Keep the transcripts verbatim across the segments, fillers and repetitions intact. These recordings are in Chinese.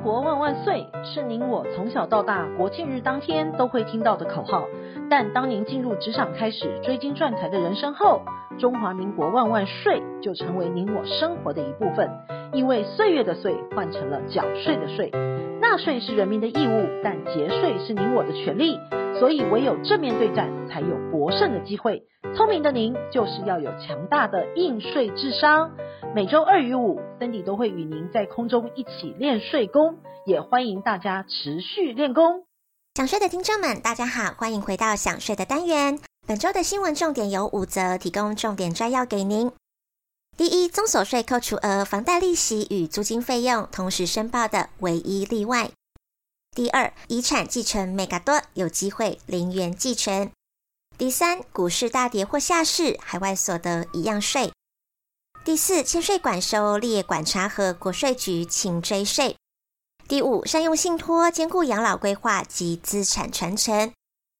国万万岁是您我从小到大国庆日当天都会听到的口号，但当您进入职场开始追金赚财的人生后，中华民国万万税就成为您我生活的一部分。因为岁月的岁换成了缴税的税，纳税是人民的义务，但节税是您我的权利，所以唯有正面对战才有博胜的机会。聪明的您就是要有强大的应税智商。每周二与五 Cindy 都会与您在空中一起练税功，也欢迎大家持续练功。 想税的听众们大家好，欢迎回到想税的单元。本周的新闻重点有五则，提供重点摘要给您。第一，综所税扣除额房贷利息与租金费用同时申报的唯一例外。第二，遗产继承 mega 多有机会零元继承。第三，股市大跌或下市，海外所得一样税。第四，欠税管收列管查核国税局请追税。第五，善用信托兼顾养老规划及资产传承。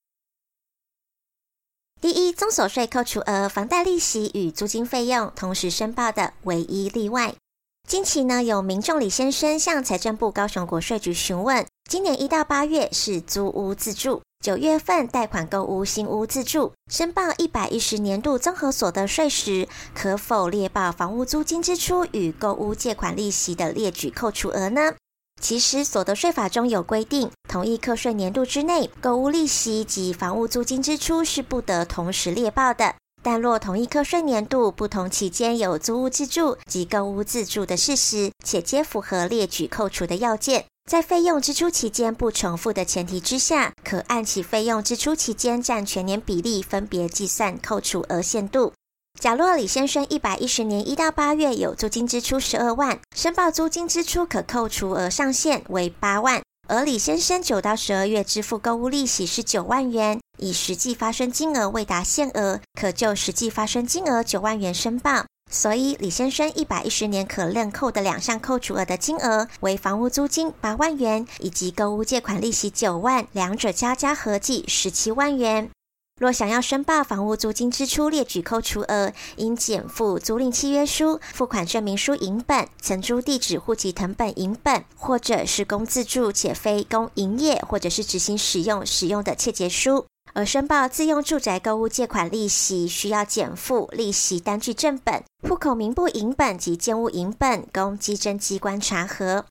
第一，综所税扣除额房贷利息与租金费用同时申报的唯一例外。近期呢，有民众李先生向财政部高雄国税局询问，今年一到八月是租屋自住，九月份贷款购屋新屋自住，申报一百一十年度综合所得税时，可否列报房屋租金支出与购屋借款利息的列举扣除额呢？其实所得税法中有规定，同一课税年度之内，购屋利息及房屋租金支出是不得同时列报的。但若同一课税年度不同期间有租屋自住及购屋自住的事实，且皆符合列举扣除的要件，在费用支出期间不重复的前提之下，可按其费用支出期间占全年比例分别计算扣除额限度。假若李先生一百一十年一到八月有租金支出十二万，申报租金支出可扣除额上限为八万，而李先生九到十二月支付购屋利息是九万元，以实际发生金额未达限额，可就实际发生金额九万元申报。所以李先生一百一十年可认扣的两项扣除额的金额为房屋租金八万元以及购屋借款利息九万，两者加加合计十七万元。若想要申报房屋租金支出列举扣除额，应检附租赁契约书、付款证明书影本、承租地址户籍誊本影本，或者是供自住且非供营业或者是执行使用使用的切结书。而申报自用住宅购屋借款利息，需要检附利息单据正本、户口名簿影本及建物影本，供稽征机关查核。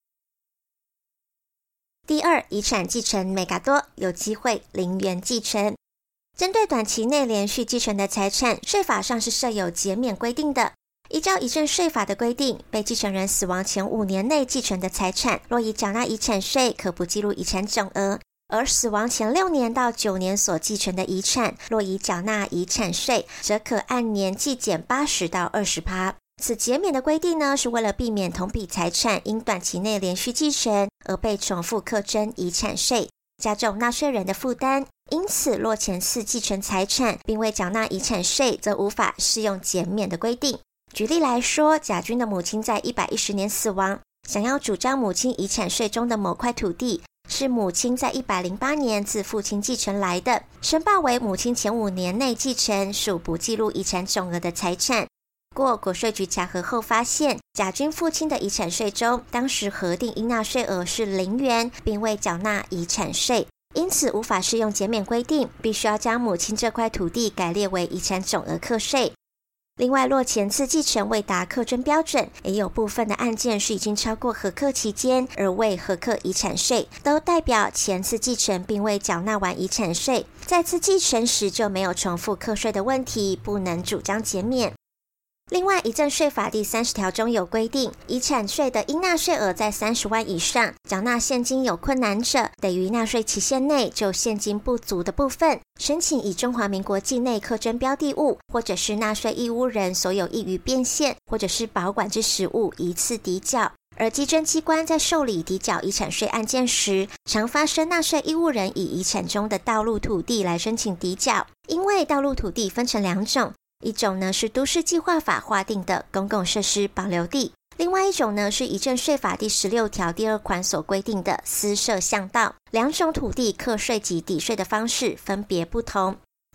第二，遗产继承 mega 多有机会零元继承。针对短期内连续继承的财产，税法上是设有减免规定的。依照遗赠税法的规定，被继承人死亡前五年内继承的财产，若已缴纳遗产税，可不计入遗产总额；而死亡前六年到九年所继承的遗产，若已缴纳遗产税，则可按年计减八十到二十趴。此减免的规定呢，是为了避免同笔财产因短期内连续继承而被重复课征遗产税，加重纳税人的负担。因此，若前次继承财产并未缴纳遗产税，则无法适用减免的规定。举例来说，甲君的母亲在一百一十年死亡，想要主张母亲遗产税中的某块土地是母亲在一百零八年自父亲继承来的，申报为母亲前五年内继承，属不计入遗产总额的财产。过国税局查核后发现，甲君父亲的遗产税中，当时核定应纳税额是零元，并未缴纳遗产税，因此无法适用减免规定，必须要将母亲这块土地改列为遗产总额课税。另外，若前次继承未达课征标准，也有部分的案件是已经超过核课期间而未核课遗产税，都代表前次继承并未缴纳完遗产税，再次继承时就没有重复课税的问题，不能主张减免。另外，遗赠税法第三十条中有规定，遗产税的应纳税额在三十万以上，缴纳现金有困难者，得于纳税期限内就现金不足的部分，申请以中华民国境内课征标的物，或者是纳税义务人所有易于变现，或者是保管之实物一次抵缴。而稽征机关在受理抵缴遗产税案件时，常发生纳税义务人以遗产中的道路土地来申请抵缴，因为道路土地分成两种，一种呢是都市计划法划定的公共设施保留地，另外一种呢是遗赠税法第十六条第二款所规定的私设巷道。两种土地课税及抵税的方式分别不同。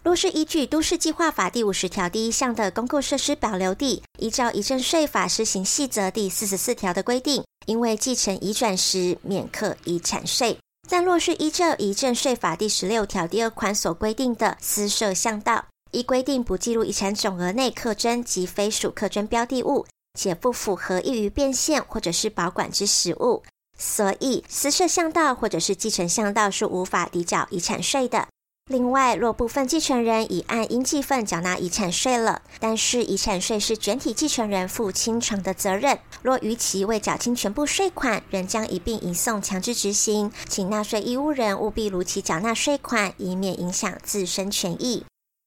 若是依据都市计划法第五十条第一项的公共设施保留地，依照遗赠税法施行细则第四十四条的规定，因为继承移转时免课遗产税。但若是依照遗赠税法第十六条第二款所规定的私设巷道，依规定不计入遗产总额内课征及非属课征标的物，且不符合易于变现或者是保管之实物，所以私设巷道或者是继承巷道是无法抵缴遗产税的。另外，若部分继承人已按应继分缴纳遗产税了，但是遗产税是全体继承人负清偿的责任，若逾期未缴清全部税款，仍将一并移送强制执行，请纳税义务人务必如期缴纳税款，以免影响自身权益。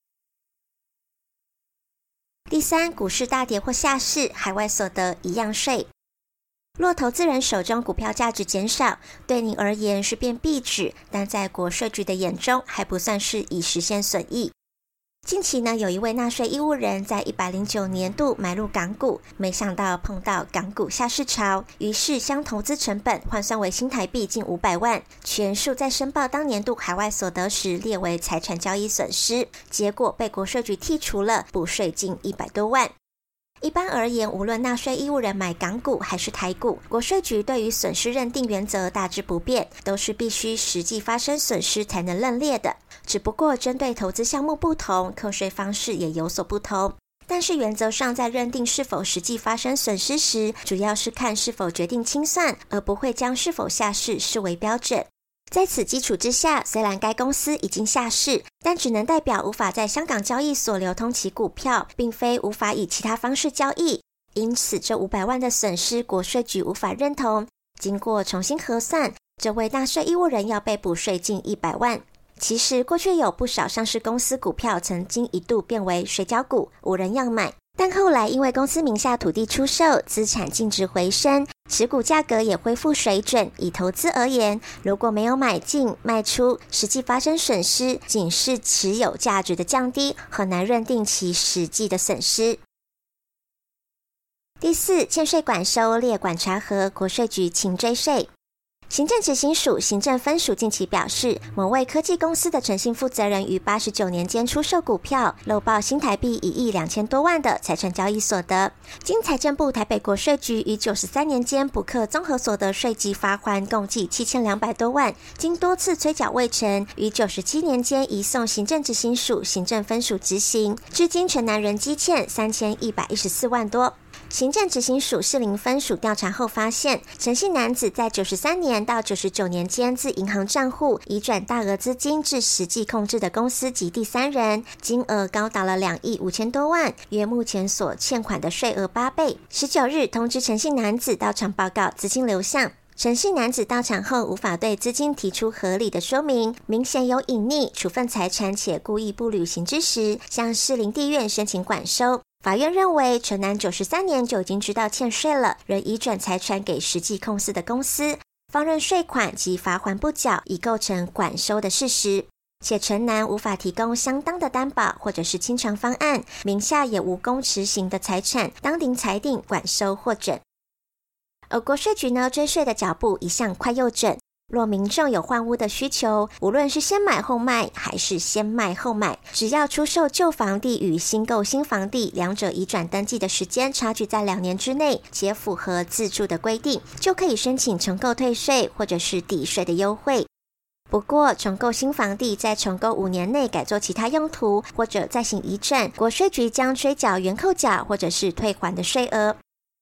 第三，股市大跌或下市，海外所得一样税。若投资人手中股票价值减少，对你而言是变壁纸，但在国税局的眼中还不算是已实现损益。近期呢，有一位纳税义务人在一百零九年度买入港股，没想到碰到港股下市潮，于是将投资成本换算为新台币近五百万，全数在申报当年度海外所得时列为财产交易损失，结果被国税局剔除了，补税近一百多万。一般而言，无论纳税义务人买港股还是台股，国税局对于损失认定原则大致不变，都是必须实际发生损失才能认列的。只不过针对投资项目不同，课税方式也有所不同。但是原则上在认定是否实际发生损失时，主要是看是否决定清算，而不会将是否下市视为标准。在此基础之下，虽然该公司已经下市，但只能代表无法在香港交易所流通其股票，并非无法以其他方式交易。因此这五百万的损失国税局无法认同，经过重新核算，这位纳税义务人要被补税近一百万。其实过去有不少上市公司股票曾经一度变为水饺股，无人要买，但后来因为公司名下土地出售，资产净值回升，持股价格也恢复水准。以投资而言，如果没有买进卖出，实际发生损失仅是持有价值的降低，很难认定其实际的损失。第四，欠税管收列管查核，国税局请追税。行政执行署行政分署近期表示，某位科技公司的诚信负责人于八十九年间出售股票，漏报新台币一亿两千多万的财产交易所得。经财政部台北国税局于九十三年间补课综合所得税及罚锾共计七千两百多万，经多次催缴未成，于九十七年间移送行政执行署行政分署执行，至今全南仍积欠三千一百一十四万多。行政执行署士林分署调查后发现，陈姓男子在九十三年到九十九年间自银行账户移转大额资金至实际控制的公司及第三人，金额高达了两亿五千多万，约目前所欠款的税额八倍。十九日通知陈姓男子到场报告资金流向。陈姓男子到场后无法对资金提出合理的说明，明显有隐匿、处分财产且故意不履行之时，向士林地院申请管收。法院认为，陈男九十三年就已经知道欠税了，仍移转财产给实际控司的公司，放任税款及罚锾不缴，已构成管收的事实。且陈男无法提供相当的担保或者是清偿方案，名下也无公持行的财产，当庭裁定管收获准。而国税局呢，追税的脚步一向快又准。若民众有换屋的需求，无论是先买后卖还是先卖后买，只要出售旧房地与新购新房地两者移转登记的时间差距在两年之内，且符合自住的规定，就可以申请重购退税或者是抵税的优惠。不过重购新房地在重购五年内改做其他用途或者再行移转，国税局将追缴原扣缴或者是退还的税额。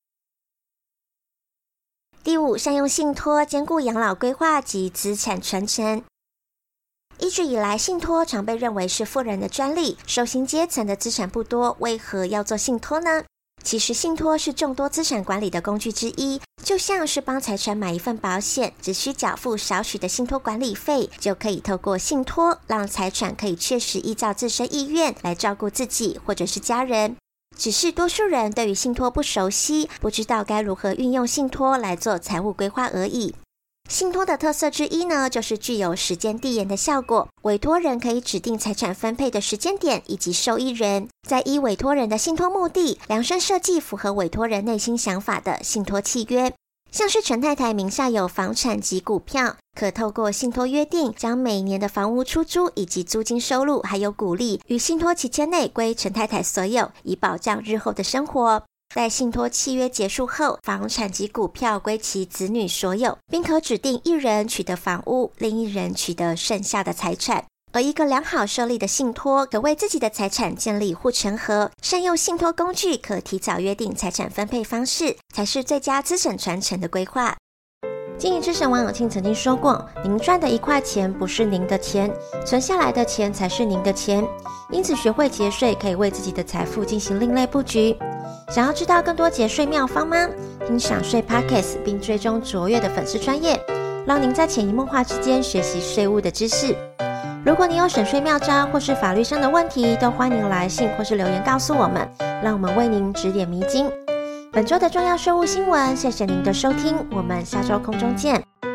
第五，善用信托兼顾养老规划及资产传承。一直以来，信托常被认为是富人的专利，受薪阶层的资产不多，为何要做信托呢？其实信托是众多资产管理的工具之一，就像是帮财产买一份保险，只需缴付少许的信托管理费，就可以透过信托让财产可以确实依照自身意愿来照顾自己或者是家人。只是多数人对于信托不熟悉，不知道该如何运用信托来做财务规划而已。信托的特色之一呢，就是具有时间递延的效果，委托人可以指定财产分配的时间点以及受益人，再依委托人的信托目的量身设计符合委托人内心想法的信托契约。 像是陈太太名下有房产及股票，可透过信托约定，将每年的房屋出租以及租金收入还有股利，于信托期间内归陈太太所有，以保障日后的生活。在信托契约结束后，房产及股票归其子女所有，并可指定一人取得房屋，另一人取得剩下的财产。而一个良好设立的信托，可为自己的财产建立护城河，善用信托工具，可提早约定财产分配方式，才是最佳资产传承的规划。经营之神王永庆曾经说过，您赚的一块钱不是您的钱，存下来的钱才是您的钱。因此学会节税，可以为自己的财富进行另类布局。想要知道更多节税妙方吗？听享税 Podcast 并追踪卓越的粉丝专页，让您在潜移默化之间学习税务的知识。如果你有省税妙招或是法律上的问题，都欢迎来信或是留言告诉我们，让我们为您指点迷津。本周的重要税务新闻，谢谢您的收听，我们下周空中见。